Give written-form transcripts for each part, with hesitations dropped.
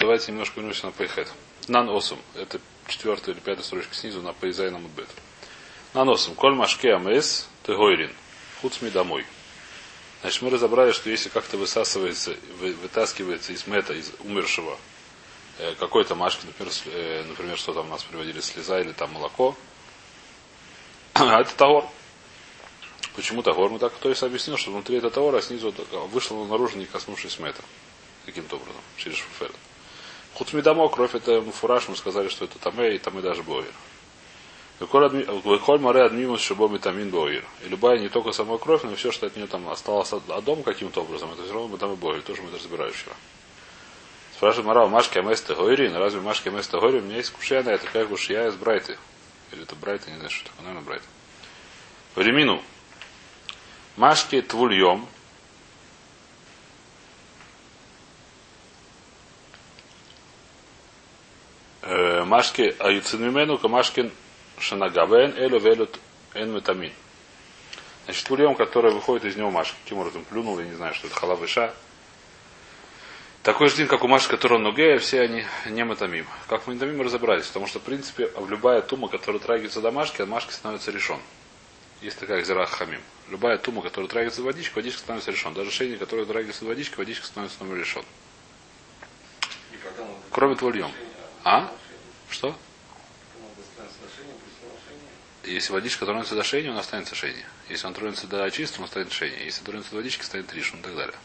давайте немножко вернемся на Пейхет. Нан осум. Это 4-я или 5-я строчка снизу на Пейзайна Мудбет. Нан осум. Коль машке амес тегойрин. Хуцми домой. Значит, мы разобрали, что если как-то высасывается, вытаскивается из мета, из умершего, какой-то машки, например, что там у нас приводили, слеза или там молоко, а это тагор. Почему тагор? Мы так кто и объяснил, что внутри это тагор, а снизу вышло наружу, не коснувшись мета. Каким-то образом, через шуфер. Хуцмидамо, кровь это муфураж, мы сказали, что это тамэ, и тамэ даже боир. Выколь море адмимус шибом и тамин боир. И любая не только сама кровь, но и все, что от нее там осталось от дома каким-то образом, это все равно мы там и боир. Тоже мы это разбираем вчера. Спрашивает Мара, Машки Аместа Гойрин, разве Машки Аместа Гойрин? У меня есть кушья на это, как кушья из Брайты. Или это Брайта, не знаю, что такое, наверное, Брайта. Времину. Машки Твульем. Машки Аюцинмимену, Камашкин Шанагабен, Элю Велют Энметамин. Значит, Твульем, который выходит из него Машки, каким образом плюнул, я не знаю, что это халавыша. Такой же день, как у Машки, который он нугея, все они не матамим. Как мы матамим разобрались, потому что, в принципе, любая тума, которая трагивается до Машки, от Машки становится решен. Есть такая зирах хамим. Любая тума, которая трагивается в водичке, водичка становится решен. Даже шейни, которая трагивается в водичке, водичка становится снова решен. Кроме твульем. А? Что? Если водичка тронется до шейни, он останется шейни. Если он тронется до очистки, он станет шейни. Если тронется до водички, станет ришун и так далее.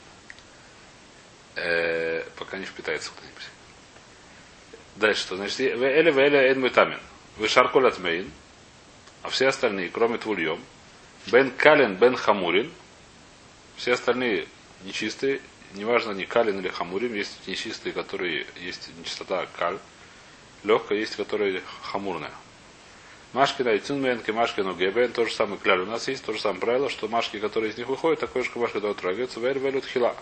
Пока не впитается кто-нибудь. Дальше что? Значит, Эля Эн Мэтамин. Вы Шарколь Атмейн. А все остальные, кроме Твульем, Бен Кален, Бен Хамурин, все остальные нечистые, неважно, не Кален или Хамурин, есть нечистые, которые есть нечистота Каль, легкая, есть которые хамурная. Машкина и Цинменки, Машкину Гебен, то же самое кляль. У нас есть то же самое правило, что машки, которые из них выходят, такой же машки, которые трагаются, Велют Хила.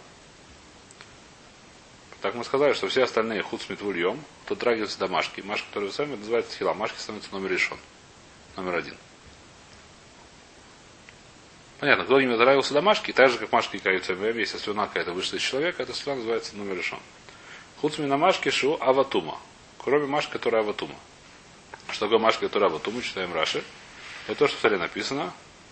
Так мы сказали, что все остальные худ Твульем, то трагиваются до машки. Машки, которые сами называются Хила. Машки становятся номер решен. Номер 1. Понятно, кто не нравился до Машки, так же, как Машки и Каюцем, если слюна какая-то вышла из человека, эта слюна называется номер решен. Хуцми на Машке шу аватума. Кроме Машки, которая аватума. Что такое Машка, которая аватума, читаем Раши. Это то, что в царе написано.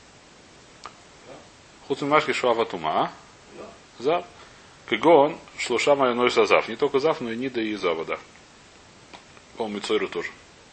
Хуцми Машки шу аватума, а? Зав. Кигон шлуша майной сазав. Не только зав, но и нида и завода. По-моему, Мицойру тоже.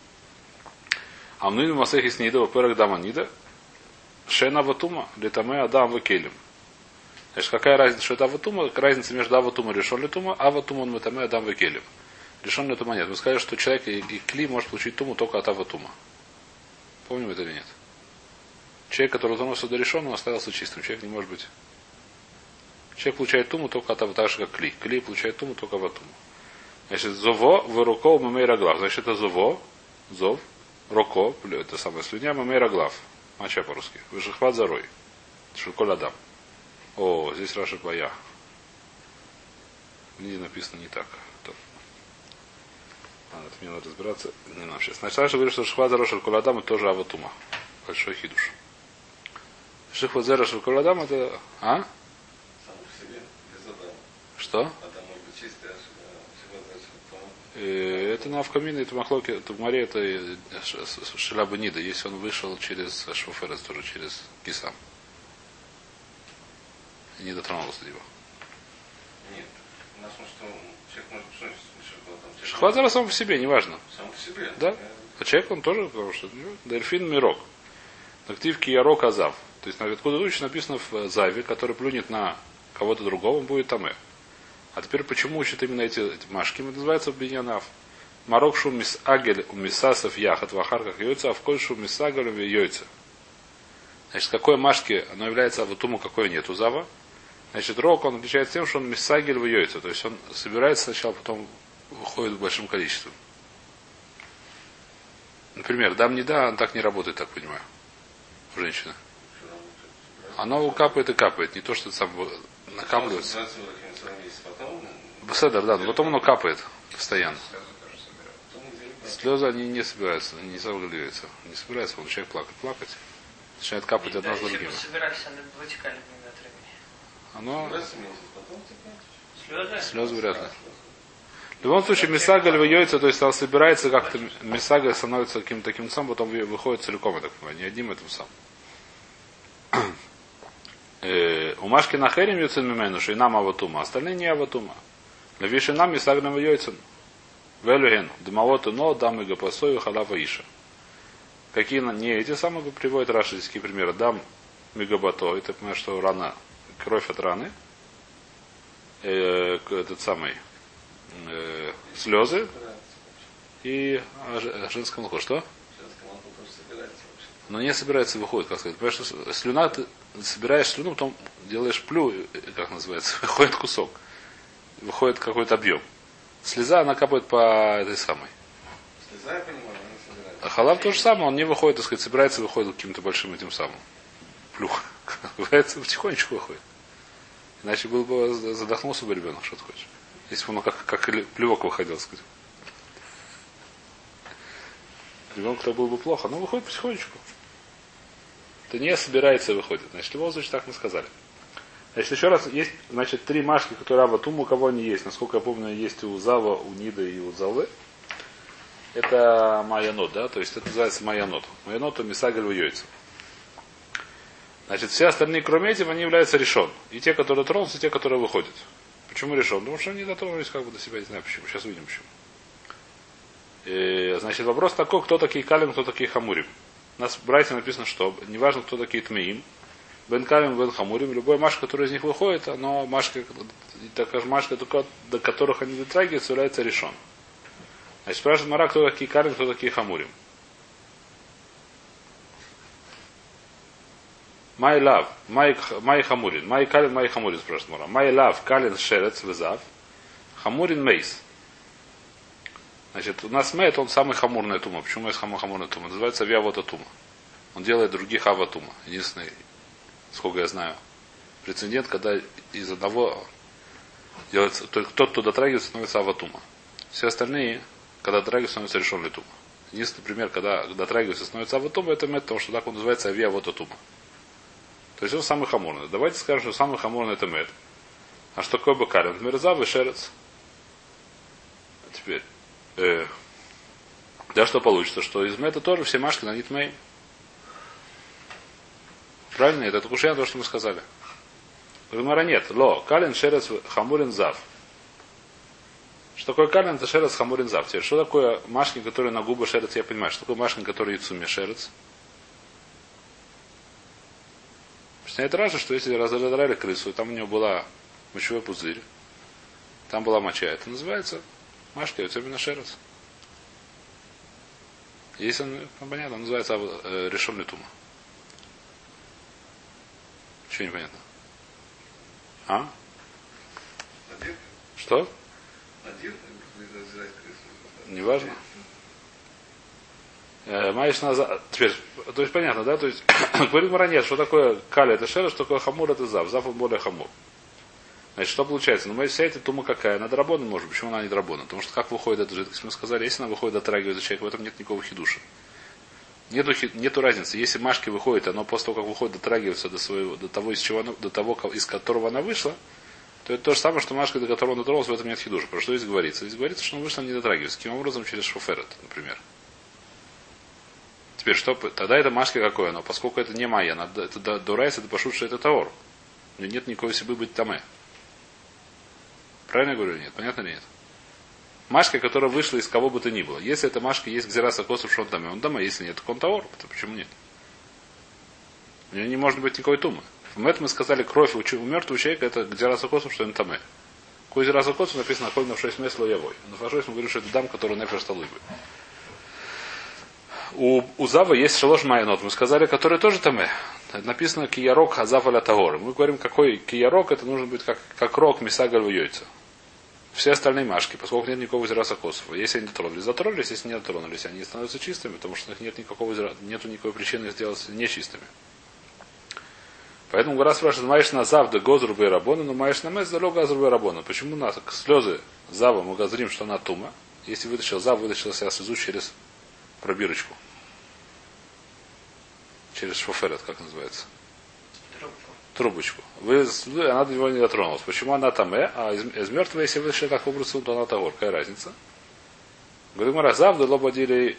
А мы в Масехе с Нида, во-первых, дама Нида, Шена Аватума, Литаме Адам Векелем. Значит, какая разница, что это Аватума? Разница между Аватума и решен Литума, Аватума он Литаме Адам Векелем. Решен Литума нет. Мы сказали, что человек и Кли может получить Туму только от Аватума. Помним это или нет? Человек, который заносил до решен, он остался чистым. Человек не может быть. Человек получает Туму только от Аватума, так же как Кли. Кли получает Туму только Аватума. Значит, Зово, Выруков, Мамейра Глав. Значит, это Зово, Зов, Роко, это самая слюня, Мамейра Глав. Мача по-русски. Выжихват зарой. Шелколь Адам. О, здесь Раша Бая. Ниде написано не так. Мне надо разбираться. Не нам сейчас. Значит, Раша говорит, что Шихват зарой Шелколь Адам это тоже Аватума. Большой хидуш. Шихват зарой Шелколь Адам это... А? Что? Это на Авкамине, это Махлоки, это в море, это Шиляба Нида. Если он вышел через Шуферес, тоже через Кисам. И не дотронулся до него. Нет. У нас что человек может что Шхватера сам по себе, неважно. Сам по себе? Да. А человек он тоже, потому что дельфин мирок. Активки ярок азав. То есть откуда учится написано в Заве, который плюнет на кого-то другого, он будет тамэ. А теперь почему учат именно эти машки? Это называется биньянав. Марок шум мис агель у мисасов яхат в ахарках йойца, а в коль шум мис агель у йойца. Значит, какой машки оно является аватуму, какой нету зава. Значит, рок он отличается тем, что он мисагель в йойца. То есть он собирается сначала, потом выходит в большим количестве. Например, дам не да, он так не работает, так понимаю. У женщины. Оно капает и капает. Не то, что сам накапливается. Беседер, да, но потом оно капает постоянно. Слезы они не собираются, не заваливаются. Не собирается, он человек плакать. Начинает капать одна за другим. Оно... Слезы вряд ли. В любом случае, мисагаль выйдется, то есть он собирается как-то, мисагаль становится каким-то таким самым, потом выходит целиком, я так понимаю, не одним этим самым. У Машки на херем юцин мимену, что и нам аватума, остальные не аватума. Но виши нам мисагаль выйдется. Велюген, дымавоту но, дам и гапасою, халава иша. Какие не эти самые приводят рашидские примеры. Дам мегабато, это понимаешь, что рана, кровь от раны, этот самый, слезы и женское молоко. Что? Но не собирается, выходит, как сказать. Понимаешь, что слюна, ты собираешь слюну, потом делаешь плю, как называется, выходит кусок. Выходит какой-то объем. Слеза, она капает по этой самой. Слеза, я понимаю, она собирается. А халав то же самое, он не выходит, так сказать, собирается, выходит каким-то большим этим самым. Плюх. Говорится, потихонечку выходит. Иначе был бы задохнулся бы ребенок, что ты хочешь. Если бы он как плевок выходил, так сказать. Ребенку-то было бы плохо, но выходит потихонечку. Это не собирается и выходит. Значит, в любом случае так мы сказали. Значит, еще раз, есть, значит, 3 машки, которые Аватум, у кого они есть. Насколько я помню, есть у Зава, у Нида и у Залвы. Это Майянот, да? То есть это называется Майянот. Майянот у Мисагаль яйца. Значит, все остальные, кроме этих, они являются решен. И те, которые тронулся, и те, которые выходят. Почему решен? Потому что они дотронулись как бы до себя, не знаю почему. Сейчас увидим почему. Значит, вопрос такой, кто такие Калим, кто такие Хамурим. У нас в Брайте написано, что неважно, кто такие Тмеим, Бен Калим, Бен Хамурим, любой машка, который из них выходит, оно машка, такая машка, до которых они дотрагиваются, является решен. Значит, спрашивает Мара, кто такие Калим, кто такие Хамурим. Май лав, май хамурин, май калин, май хамурин, спрашивает Мара. Май лав, калин, шерец, вызав, хамурин, мейс. Значит, у нас мейт, он самый хамурный тума. Почему есть хамурный тума? Называется авиавота тума. Он делает других аватума. Единственный, сколько я знаю, прецедент, когда из одного делается, только тот, кто дотрагивается, становится аватума. Все остальные, когда дотрагиваются, становится решенный тума. Единственный пример, когда дотрагивается, становится аватума, это мейт, потому что так он называется авиавота тума. То есть он самый хамурный. Давайте скажем, что самый хамурный это мед. А что такое бакарин? Мерзав и шерец. Теперь. Да, что получится? Что из меда тоже все машки на нитмей. Правильно? Это кушья то, что мы сказали. Гмара нет. Ло. Калин, шерец, хамурин, зав. Что такое калин? Это шерец, хамурин, зав. Теперь, что такое машки, которые на губы шерец? Я понимаю. Что такое машки, которые яйцуме шерец? Это Раша, что если разодрали крысу, и там у него была мочевой пузырь, там была моча, это называется машка, это именно шерец. Если он, понятно, называется решенный тума. Еще непонятно. А? Что? Неважно. Маешь назад. Теперь, то есть понятно, да? То есть, говорит Маранет, что такое кали это шерсть, что такое хамур это зав. Зав он более хамур. Значит, что получается? Ну, вся эта тума какая? Она драбона может. Почему она не драбона? Потому что как выходит эта жидкость? Мы сказали, если она выходит, дотрагивается человек, в этом нет никакого хидуша. Нету разницы. Если машки выходит, оно после того, как выходит, дотрагивается до того, из которого она вышла, то это то же самое, что машка, до которого он дотронулся, в этом нет хидуша. Про что здесь говорится? Здесь говорится, что он вышла не дотрагивается. Каким образом? Через шоферет, например. Теперь что? Тогда это машка какое? Но поскольку это не майя, это дурайс, это пошут, что это таор. У нее нет никакой себе быть таме. Правильно я говорю или нет? Понятно или нет? Машка, которая вышла из кого бы то ни было. Если эта машка есть гзераса косов, что он таме, он таме. Если нет, то он таор. То почему нет? У нее не может быть никакой тумы. В этом мы сказали, кровь у мертвого человека это гзераса косов, что он таме. Кой гзераса косов написано «Ходим в 6 мест лоявой». Но в 6 мы говорим, что это дам, который нефер столыбы. У Зава есть шалош майонот, мы сказали, который тоже там написано киярок хазав аля тагор. Мы говорим, какой киярок, это нужно быть как рок мисагаль в яйца. Все остальные машки, поскольку нет никакого зераса косова. Если они затронулись, если не дотронулись, они становятся чистыми, потому что у них нету никакой причины их сделать нечистыми. Поэтому Гора спрашивает, маешь на зав да гозрубы и рабоны, но маешь на мес да ло газрубы и рабоны. Почему у нас слезы зава мы газрим, что она тума? Если вытащил зав, вытащил себя слезу через пробирочку. Через шоферет, как называется. трубочку. Она до него не дотронулась. Почему она там а из мертвого, если вышли так образом, то она того. Какая разница? Говорит, Разав, да лободили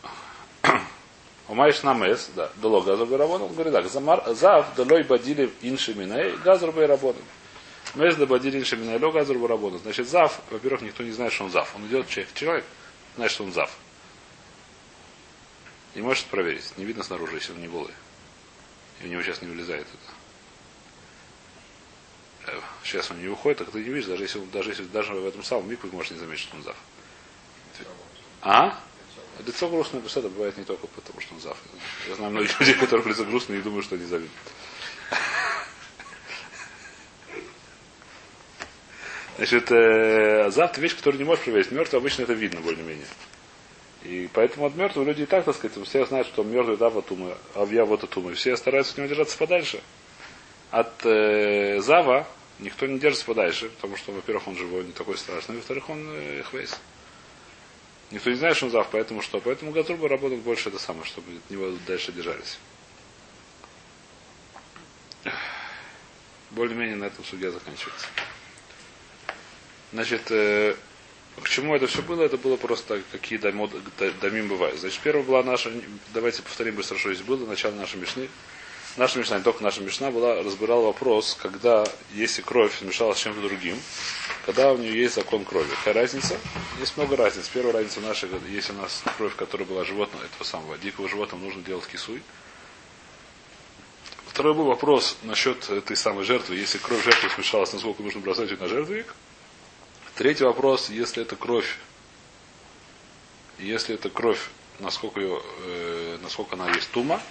умаешь намес, да, доло газрубы работал. Он говорит, так, зав, долой бодили инши минай, газрубы работал. Мес да бодили инши минай, ло газрубы работал. Значит, зав, во-первых, никто не знает, что он зав. Он идет, человек знает, что он зав. Не может проверить. Не видно снаружи, если он не голый. И у него сейчас не вылезает это. Сейчас он не уходит, так ты не видишь, даже если даже в этом самом микве можешь не заметить, что он зав. А? Лицо грустное, это бывает не только потому, что он зав. Я знаю многих людей, которых лицо грустное и думаю, что они завидуют. Значит, зав — это вещь, которую не можешь проверить. Мертвый обычно это видно более-менее. И поэтому от мертвого люди и так сказать, все знают, что он мертвый, да, вот умы, а я вот от умы. Все стараются от него держаться подальше. От зава никто не держится подальше, потому что, во-первых, он живой, не такой страшный, во-вторых, он хвейс. Никто не знает, что он зав, поэтому что? Поэтому Газруба работает больше это самое, чтобы от него дальше держались. Более-менее на этом судья заканчивается. Значит, к чему это все было? Это было просто какие дамим бывают. Значит, первая была наша, давайте повторим быстро, что здесь было, начало нашей мишны. Наша мишна, не только наша мишна, разбирала вопрос, когда, если кровь смешалась с чем-то другим, когда у нее есть закон крови. Какая разница? Есть много разниц. Первая разница наша, если у нас кровь, которая была животного, этого самого дикого животного, нужно делать кисуй. Второй был вопрос насчет этой самой жертвы. Если кровь жертвы смешалась, насколько нужно бросать ее на жертвенник. Третий вопрос, если это кровь, насколько она есть тума.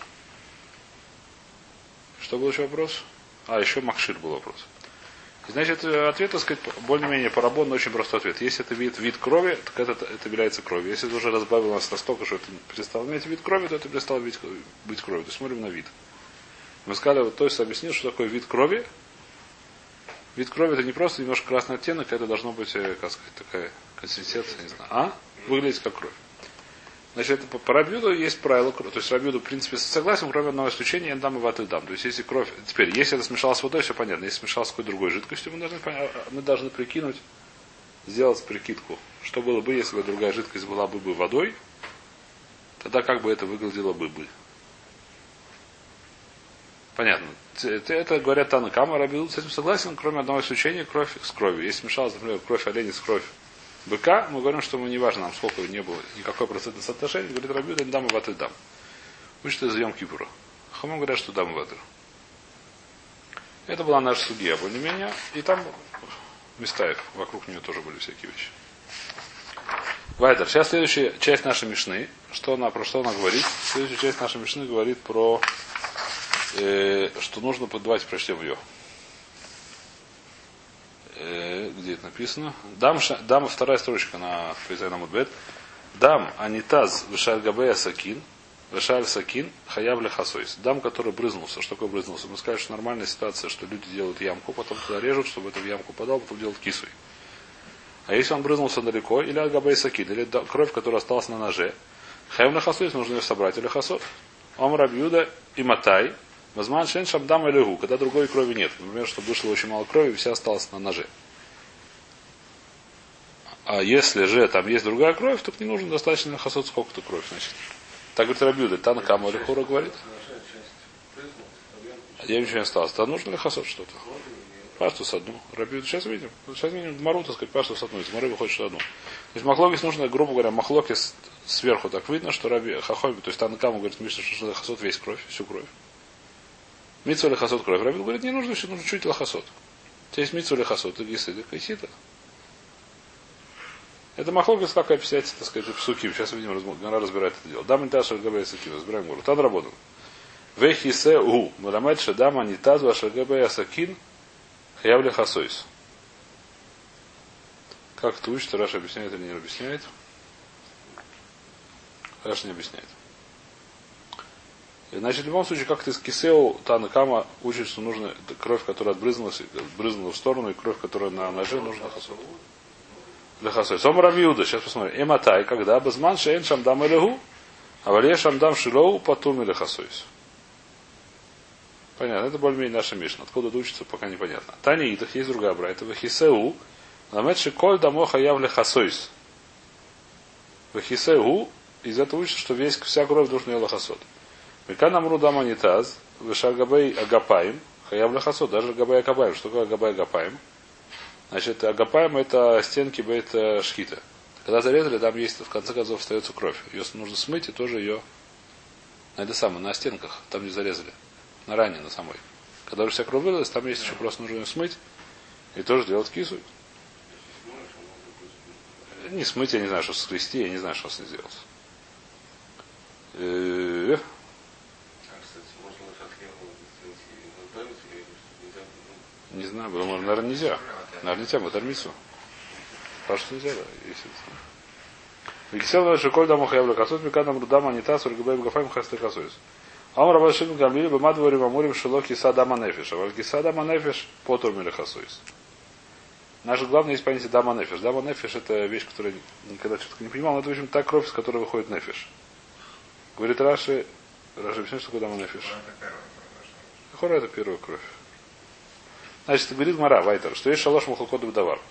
Что был еще вопрос? Еще Махшир был вопрос. И, значит, ответ, так сказать, более-менее парабон, но очень простой ответ. Если это вид крови, так это является кровью. Если это уже разбавилось настолько, что это перестало иметь вид крови, то это перестало быть кровью. То есть смотрим на вид. Мы сказали, вот Тойс объяснил, что такое вид крови. Вид крови это не просто немножко красный оттенок, это должно быть, как сказать, такая консистенция, не знаю. Выглядеть как кровь. Значит, по Рабиуду есть правило, то есть Рабиуду, в принципе, согласен, кроме одного исключения, дам и ваты дам. То есть, если кровь, теперь, если это смешалось с водой, все понятно. Если смешалось с какой-то другой жидкостью, мы должны прикинуть, сделать прикидку, что было бы, если бы другая жидкость была бы водой, тогда как бы это выглядело бы. Понятно. Это говорят Тана Кама, Рабиуд с этим согласен, кроме одного исключения, кровь с кровью. Если смешалась, например, кровь оленя с кровь быка, мы говорим, что мы не важно, нам сколько не было, никакое процентное соотношение, говорит Рабиуд, дам и ваты дам. Учат из Йом Кипура. Хамон говорят, что дам и ваты. Это была наша судья, более-менее, и там места их, вокруг нее тоже были всякие вещи. Вайтер. Сейчас следующая часть нашей Мишны. Про что она говорит? Следующая часть нашей Мишны говорит про что нужно, давайте прочтем ее. Где это написано? Дам, вторая строчка на Фейзайна Мудбет. Дам анитаз вешаль габея сакин, вешаль сакин хаяб лехасойс. Дам, который брызнулся. Что такое брызнулся? Мы сказали, что нормальная ситуация, что люди делают ямку, потом туда режут, чтобы это в ямку подал, потом делают кисуй. А если он брызнулся далеко, или габея сакин, или кровь, которая осталась на ноже, хаяб лехасойс, нужно ее собрать или хасот. Ом Рабиуда и Матай. Возман шен шабдам и легу, когда другой крови нет. Например, что вышло очень мало крови, и вся осталась на ноже. А если же там есть другая кровь, то не нужно достаточно хасот сколько-то кровь, значит. Так говорит Рабиуда, Тана Кама Лихура говорит. Я ничего не осталось. Да нужно ли хасот что-то? Паштус одну. Рабиуда, сейчас видим. Сейчас видим Мару, так сказать, паштус одну. Из Мары выходит, что одну. То есть махлокис нужно, грубо говоря, махлокис сверху так видно, что Раби Хахоми, то есть Тана Кама говорит, Миша, что хасот весь кровь, всю кровь. Митсу лехасот кровь. Рабин говорит, не нужно, все нужно чуть лехасот. У тебя есть митсу лехасот, и гисида, кайсита. Это махлокис, как объяснять, так сказать, псуким. Сейчас видим, Гара разбирает это дело. Дам нитаз шальгабай сакин. Разбираем гору. Тад работал. Вехисе у. Марамайт шадама нитаз шальгабай сакин. Хаяв лехасойс. Как это учится? Раша объясняет или не объясняет? Раша не объясняет. Значит, в любом случае, как ты с кисеу Танакама учит, что нужно кровь, которая брызнула в сторону, и кровь, которая на ноже, нужно хасот. Для хасот. Сом Рабиуда, сейчас посмотрим. Эматай, когда базман шейн шамдам элегу, а вале шамдам шилоу патур или хасойс. Понятно, это более-менее наша Мишна. Откуда это учится, пока непонятно. Таня Идах, есть другая брайта. Вахисеу, ламедши коль дамо хаяв лехасойс. Вахисеу, из этого учится, что вся кровь должна ее лохасот. Мекан амру дама нитаз, вешагабей агапаем, хаяв лехасот, даже агабей агапаем. Что такое агабей агапаем? Значит, агапаем это стенки бейт шхита. Когда зарезали, там есть, в конце концов, остается кровь. Ее нужно смыть и тоже ее на это самое, на стенках, там где зарезали. На ране, на самой. Когда уже вся кровь вылилась, там есть еще просто нужно ее смыть и тоже делать кису. Не смыть, я не знаю, что скрести, я не знаю, что с ней сделать. Не знаю, наверное, нельзя. Наверное, нельзя, батармицу. Что нельзя, да, если Виксел даже коль даму хаявля косует, микадам рудама анитас, ургабаем гафаем хасты косует. А он рабашин гамлили бы мадворим амурим шило киса дама нефиш. А вот киса дама нефиш потур мили хасуис. Наше главное есть понятие дама нефиш. Дама нефиш это вещь, которую я никогда что-то не понимал, но это, в общем, та кровь, с которой выходит нефиш. Говорит Раши объясняет, что такое дама нефиш. Хора это первая кровь. Значит, говорит Мара, Вайтер, что есть шалош мухалкодов давар.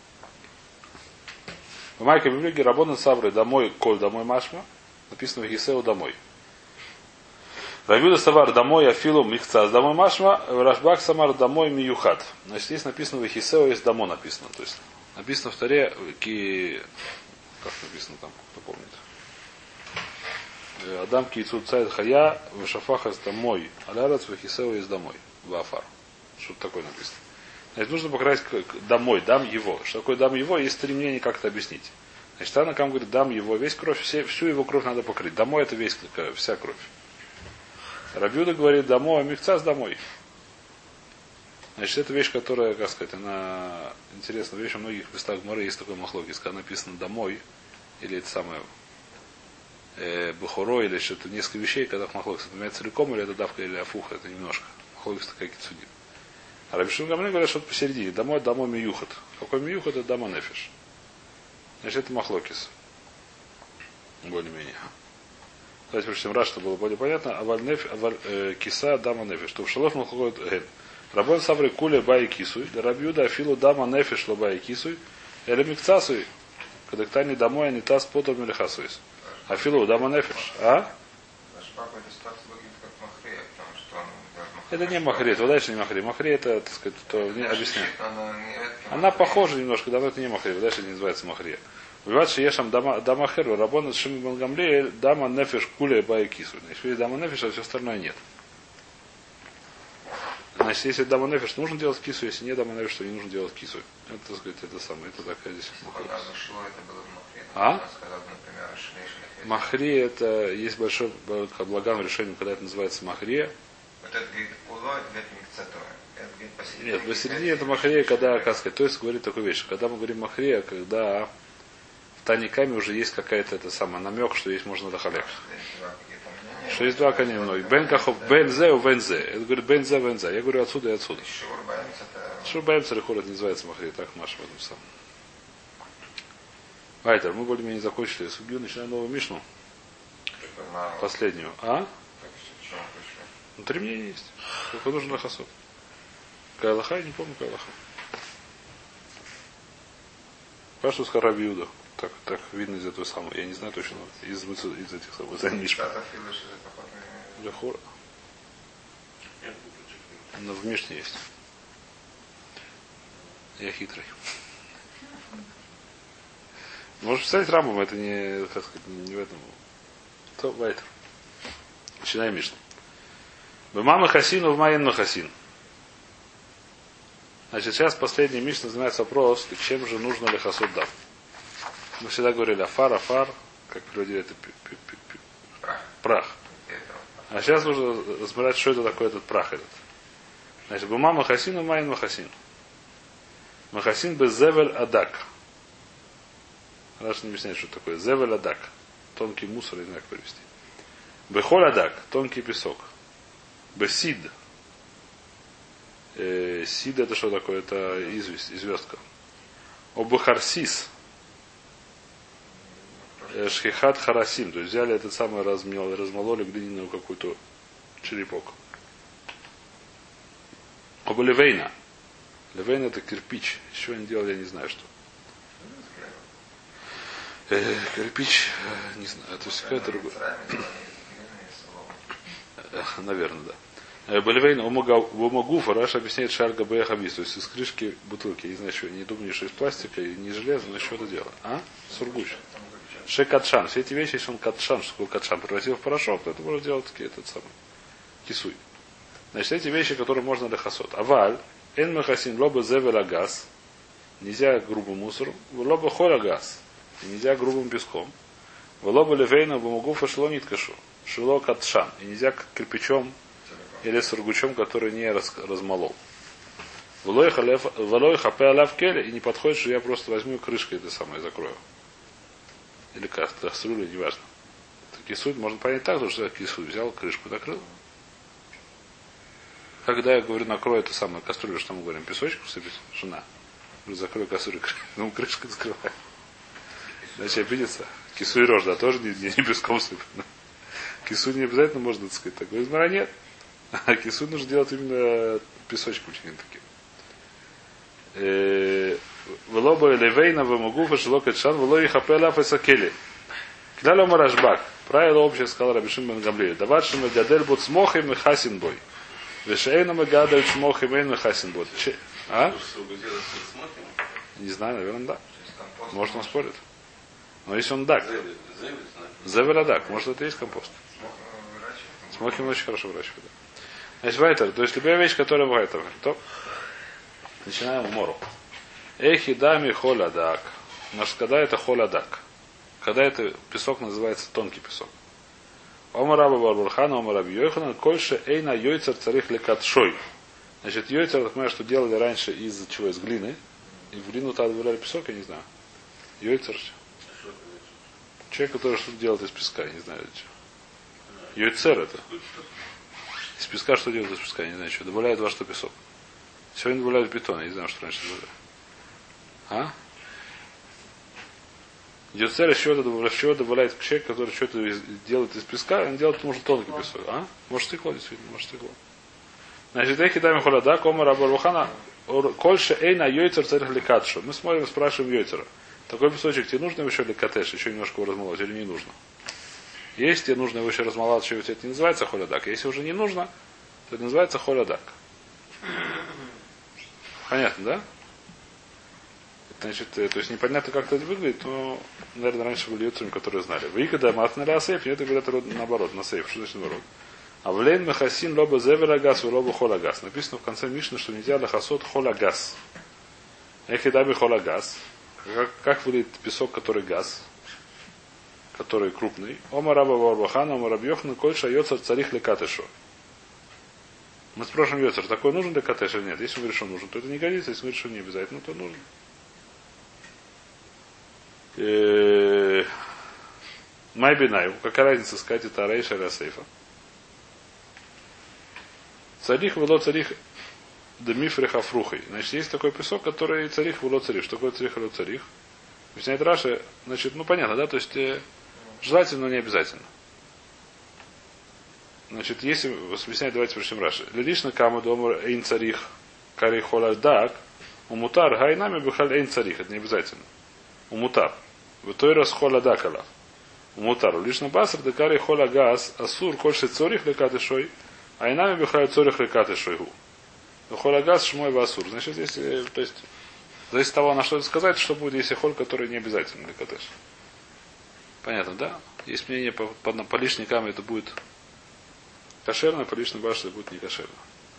В Майке Библиге Рабона Савры домой, коль домой машма, написано в Гисеу домой. Рабиуда Савар домой, Афилу Михцаз домой машма, Рашбак Самар домой Миюхат. Значит, здесь написано в Гисеу, есть домо написано. То есть написано в Таре, как написано там, кто помнит. Адам Кицу Цайд Хая, Вешафахас домой, Алярац в Гисеу есть домой, Вафар. Что-то такое написано. Значит, нужно покрасить домой, дам его. Что такое дам его, есть три мнения, как это объяснить. Значит, Танакам говорит, дам его, весь кровь, всю его кровь надо покрыть. Домой это вся кровь. Рабиуда говорит, домой, а михцаз домой. Значит, это вещь, которая, как сказать, она интересная вещь. У многих местах Гмары есть такой махлокис, когда написано домой, или это самое бухоро, или что-то, несколько вещей, когда махлокис, это меняется целиком, или это давка, или афуха, это немножко. Махлокис такая кицудим. А Рабишин Гамлин говорят, что это посередине. Домой миюхат. Какой миюхат? Это дама нефиш. Значит, это махлокис. Более-менее. Давайте прочтем раз, чтобы было более понятно. Киса дама нефиш. То в шалош махлокот ген. Рабон савры куле бай кисуй. Рабиуда афилу дама нефиш лобай кисуй. Или микцасуй. Когда ктани домой, они таз потом или хасуис. Афилу дама нефиш. А? Это не махри, это дальше не махри. Махри это, так сказать, то не объясняю. Она похожа немножко, давно это не махри, дальше не называется махри. Убивать шиешам дама херу, рабона с шими бангамле, дама нефиш куля бай кису. Значит, если дама нефиш, а все остальное нет. Значит, если дама нефиш, то нужно делать кису, если нет дама нефиш, то не нужно делать кису. Это, так сказать, это самое, это такая здесь. А? Махри это есть большой благан решение, когда это называется махри. Нет, посередине это махрия, когда, как сказать, то есть говорит такую вещь, когда мы говорим махрия, когда в Таникаме уже есть какая-то это самое намек, что есть можно дахалек. Что есть два коня мной. Бен кахов, бен зе у бен зе. Это говорит бен зе, бен зе. Я говорю отсюда и отсюда. Шурбаем царихор, это называется махрия, так наш в этом самом. Вайтер, мы более-менее закончили судью, начинаем новую Мишну. Последнюю. А? Внутри мнения есть. Только нужен лохосот. Кайлаха, я не помню Кайлаха. Пашу с Харабиуда. Так видно из этого самого. Я не знаю точно. Из этих самых. За Мишма. Для хора. Но в Мишне есть. Я хитрый. Можешь писать Рамбам, это не, как сказать, не в этом. То Вайтер. Начинаем Мишну. Бемама хасину в маен хасин. Значит, сейчас последний Мишна занимается вопрос, чем же нужно ли хасуд дам. Мы всегда говорили афар, как переводили это прах. А сейчас нужно разбирать, что это такое этот прах этот. Значит, бемама хасину в маен махасин. Махасин без зевель адак. Раш не объясняет, что такое. Зевель адак. Тонкий мусор, не знаю, как перевести. Бехоль адак. Тонкий песок. Бесид. Сид это что такое? Это известка. Обухарсис. Шхихат харасим. То есть взяли этот самый размололи глиняную какую-то черепок. Оба левейна. Левейна это кирпич. Из чего они делали, я не знаю что. Кирпич, не знаю, то есть какая-то другая. Наверное, да. Болевейна умагуфа, Раша объясняет шарга бэхабис, то есть из крышки бутылки. Я не знаю, что, не думаю, что из пластика, не железа, но что это дело. А? Сургуч. Шекатшан. Все эти вещи, если он катшан, что такое катшан, превратил в порошок, то это можно делать такие, этот самый. Кисуй. Значит, эти вещи, которые можно лехасот. Аваль, эн махасин лоба зевела газ, нельзя грубым мусором, лоба хола газ, нельзя грубым песком, лоба левейна бумагуфа шлонит кашу, шило катшан, и нельзя кирпичом или сургучом, который не размолол. Волой хапе аляв келе, и не подходит, что я просто возьму крышкой это самое закрою. Или кастрюлю, неважно. Кисуй можно понять так, что я кисуй взял, крышку накрыл. Когда я говорю, накрою эту самую кастрюлю, что мы говорим, песочек всыпать, жена. Закрою кастрюлю, ну крышка закрывает. Значит, обидится. Кисуй рожь, да, тоже не песком сыпать. Кисуй не обязательно можно, так сказать, такой измера нет. А кисуй нужно делать именно песочком очень таким. Велоба левейна вымогуфа шелокет шан велои хапела фесакели. Кляля марашбак. Правило общее сказал Рабишин бен Гамлиэль. Давадшим и гадель бут смохим и хасин бой. Вешейном и гадель смохим и хасин бой. А? Не знаю, наверное, да. Может, он спорит. Но если он дак. Зевера дак. Может, это и есть компост. Смохим очень хорошо выращивают. Значит, вайтер. То есть любая вещь, которая вайтер. То начинаем умору. Эхи дами холядак. Наш когда это холядак. Когда это песок называется тонкий песок. Омараба Барбархана, Омараби Йохана, Кольше Эйна Йойцер царих лекатшой. Значит, Йойцер, так понимаю, что делали раньше из чего? Из глины. И в глину тогда добавляли песок, я не знаю. Йойцер. Человек, который что-то делает из песка, я не знаю. Йойцер это. Из песка что делают из песка, я не знаю, что. Добавляют во что песок. Сегодня добавляют бетон, я не знаю, что раньше добавляли. А? Йоцер еще добавляет человек, который что-то делает из песка, он делает, потому что тонкий песок. А? Может стекло, действительно, может стекло. Значит, эти дами холода, кома рабарухана, кольше эйна йойцер царих лекатшу. Мы смотрим, спрашиваем йойцера. Такой песочек тебе нужно еще лекатеш, еще немножко его размолоть или не нужно? Если тебе нужно его еще размолоть, что это не называется холодак. Если уже не нужно, то это называется холодак. Понятно, да? Значит, то есть непонятно, как это выглядит, но, наверное, раньше были йоцерами, которые знали. Вы когда матнали асейф, нет, это говорят наоборот, на сейф. Что значит наоборот? А в лейн махасин лоба зеверагас и лоба холагас. Написано в конце Мишны, что нельзя лахасот холагас. Эхидаби холагас. Как выглядит песок, который газ, который крупный. Ома раба варбахана, ома рабьехна, кольша йоцер царих лекатышу. Мы спрашиваем йоцер, такой нужен для катеша или нет? Если он говорит, что нужен, то это не годится. Если он говорит, что не обязательно, то нужно. Майбинаю. Какая разница сказать это Арейша или Асейфа? Царих вело царих демифриха фрухой. Значит, есть такой песок, который царих вело царих. Что такое царих вело царих? Объясняет Раша, значит, ну понятно, да? То есть желательно, но не обязательно. Значит, если объяснять, давайте прочтем Раши. Лилишна каму домар эйн царих карей холардак, умутар гайнами бихаль эйн царих. Это не обязательно. Умутар. В той раз холадакала. Умутар. Лишна басар декарей холагаз асур кольше цорих лекатышой, а инами бихаль цорих лекатышойгу. Холагаз шмой васур. Значит, если, то есть, зависит от того, на что это сказать, что будет, если холь, который не обязательно для катеш. Понятно, да? Есть мнение, по лишникам это будет кошерно, по лишним башне это будет не кошерно.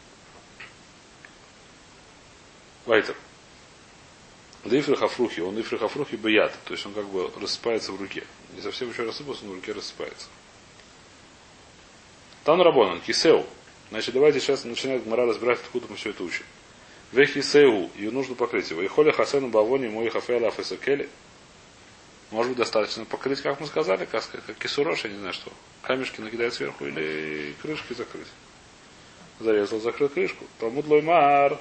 Вайтер. Лифрихафрухи, он лифрихафрухи бияд, то есть он как бы рассыпается в руке. Не совсем еще рассыпался, но в руке рассыпается. Тан Рабонан, кисеу. Значит, давайте сейчас начинать Гмара разбирать, откуда мы все это учим. Вехисеу, ее нужно покрыть его. И холя хасену бавони мой хафела фесакели. Может быть, достаточно покрыть, как мы сказали, как кисурош, я не знаю что. Камешки накидать сверху или крышкой закрыть. Зарезал, закрыл крышку. Талмуд лоймар.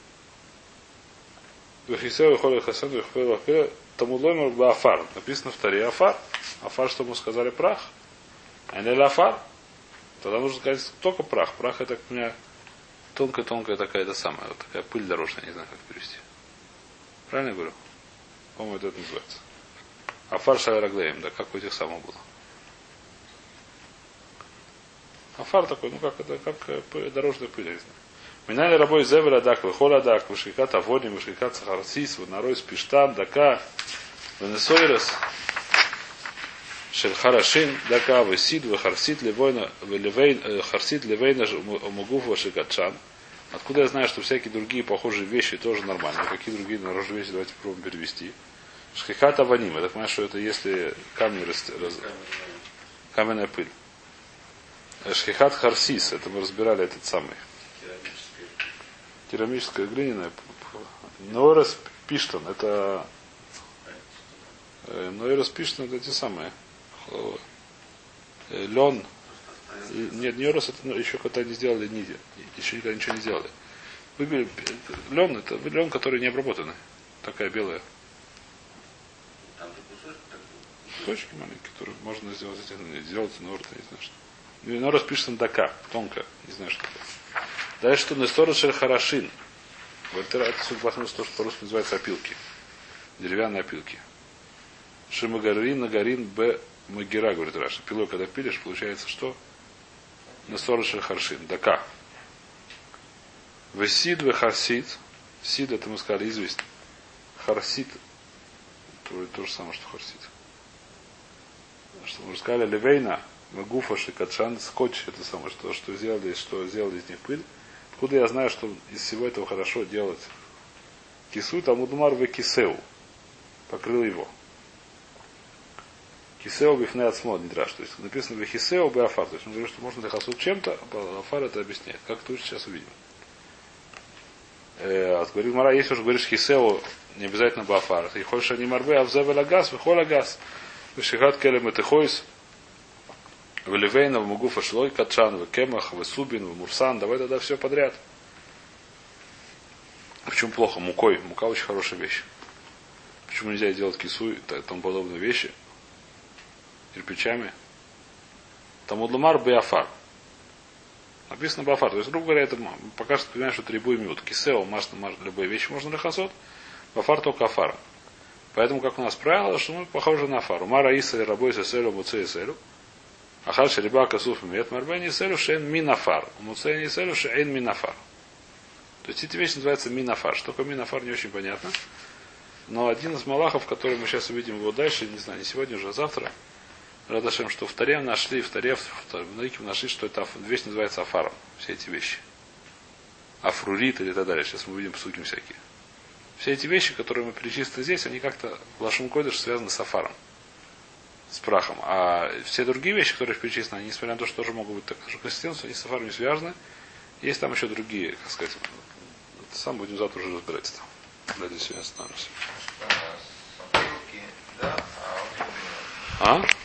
Вехисеу, холя хасену, вехфела фесакели. Талмуд лоймар баафар. Написано в Таре афар. Афар, что мы сказали, прах. А не афар. Тогда нужно сказать только прах. Прах это у меня тонкая такая, это самая, вот такая пыль дорожная, не знаю, как перевести. Правильно я говорю? По-моему, это называется. Афар шараглеем, да, как у этих самых было. Афар такой, ну как это, как дорожная пыль, я не знаю. Минали рабой зевеля дак, выхола дак, вышикат аводим, вышикат сахарсис, вынарой спиштан, дака, венесойрес, шельхарашин, дака, весид, вехарсит, левойна, харсит, левейна, мугуф, вешикатшан. Откуда я знаю, что всякие другие похожие вещи тоже нормально? Какие другие дорожные вещи давайте попробуем перевести. Шхихата ваним. Я так понимаю, что это если камни каменная пыль. Шхихат харсис. Это мы разбирали этот самый. Керамическая глиняная. Нойрос пиштан. Это Нойрос пиштан это те самые. Лен. Нет, Нойрос это еще когда не сделали ниди. Еще никогда ничего не сделали. Выбили лен, это лен, который не обработанный. Такая белая. Кусочки маленькие, которые можно сделать, сделать норт, не знаю что. Норт пишется дака, тонко, не знаю что это. Дальше что нестора шерхарашин. Это то, что по-русски называется опилки. Деревянные опилки. Шимагарин, нагарин, б магира, говорит Раша. Пилой, когда пилишь, получается что? Нестора шерхарашин, дака. Весид вехарсит. Сид, это мы сказали, известь. Харсит. То же самое, что харсит. Что мы уже сказали, левейна, магуфа, шикатшан, скотч, это самое, что сделали из них пыль. Откуда я знаю, что из всего этого хорошо делать кису, там удмар в кисеу. Покрыл его. Кисеу бифне отсмод не драж. То есть написано в кисеу беафар. То есть он говорит, что можно лихасут чем-то, а афар это объясняет. Как это сейчас увидим. Говорит Мара, если уже говоришь хисеу, не обязательно бафар. Ты хочешь они марбе, а взавел агас, выхол агас. Вышигат келем это хойс. Вливейна, в мугуфа шлой, катшан, в кемах, в субин, в мурсан. Давай тогда все подряд. Почему плохо? Мукой. Мука очень хорошая вещь. Почему нельзя делать кису и тому подобные вещи? Кирпичами. Там удлумар беафар. Написано бафар. То есть, грубо говоря, это пока что понимаешь, что требуем мют. Кисео, любые вещи можно лихасот. Бафар только афара. Поэтому, как у нас правило, что мы похожи на афару. Мара иса и рабой селю, муцей селю. Ахар шериба касуф мет марбени селю шейн минафар. Муцей не селю шейн минафар. То есть эти вещи называются минафар. Что такое минафар, не очень понятно. Но один из малахов, который мы сейчас увидим его дальше, не знаю, не сегодня уже, а завтра, Радашем, что в Таре нашли, в Наике нашли, что это вещь называется афаром. Все эти вещи. Афрурит или так далее. Сейчас мы увидим псуки всякие. Все эти вещи, которые мы перечислили здесь, они как-то в Лашон Койдеш связаны с афаром. С прахом. А все другие вещи, которые перечислены, они, несмотря на то, что тоже могут быть такой же консистенцией, они с афаром не связаны. Есть там еще другие, как сказать. Это сам будем завтра уже разбираться там. Давайте сегодня остановимся. А?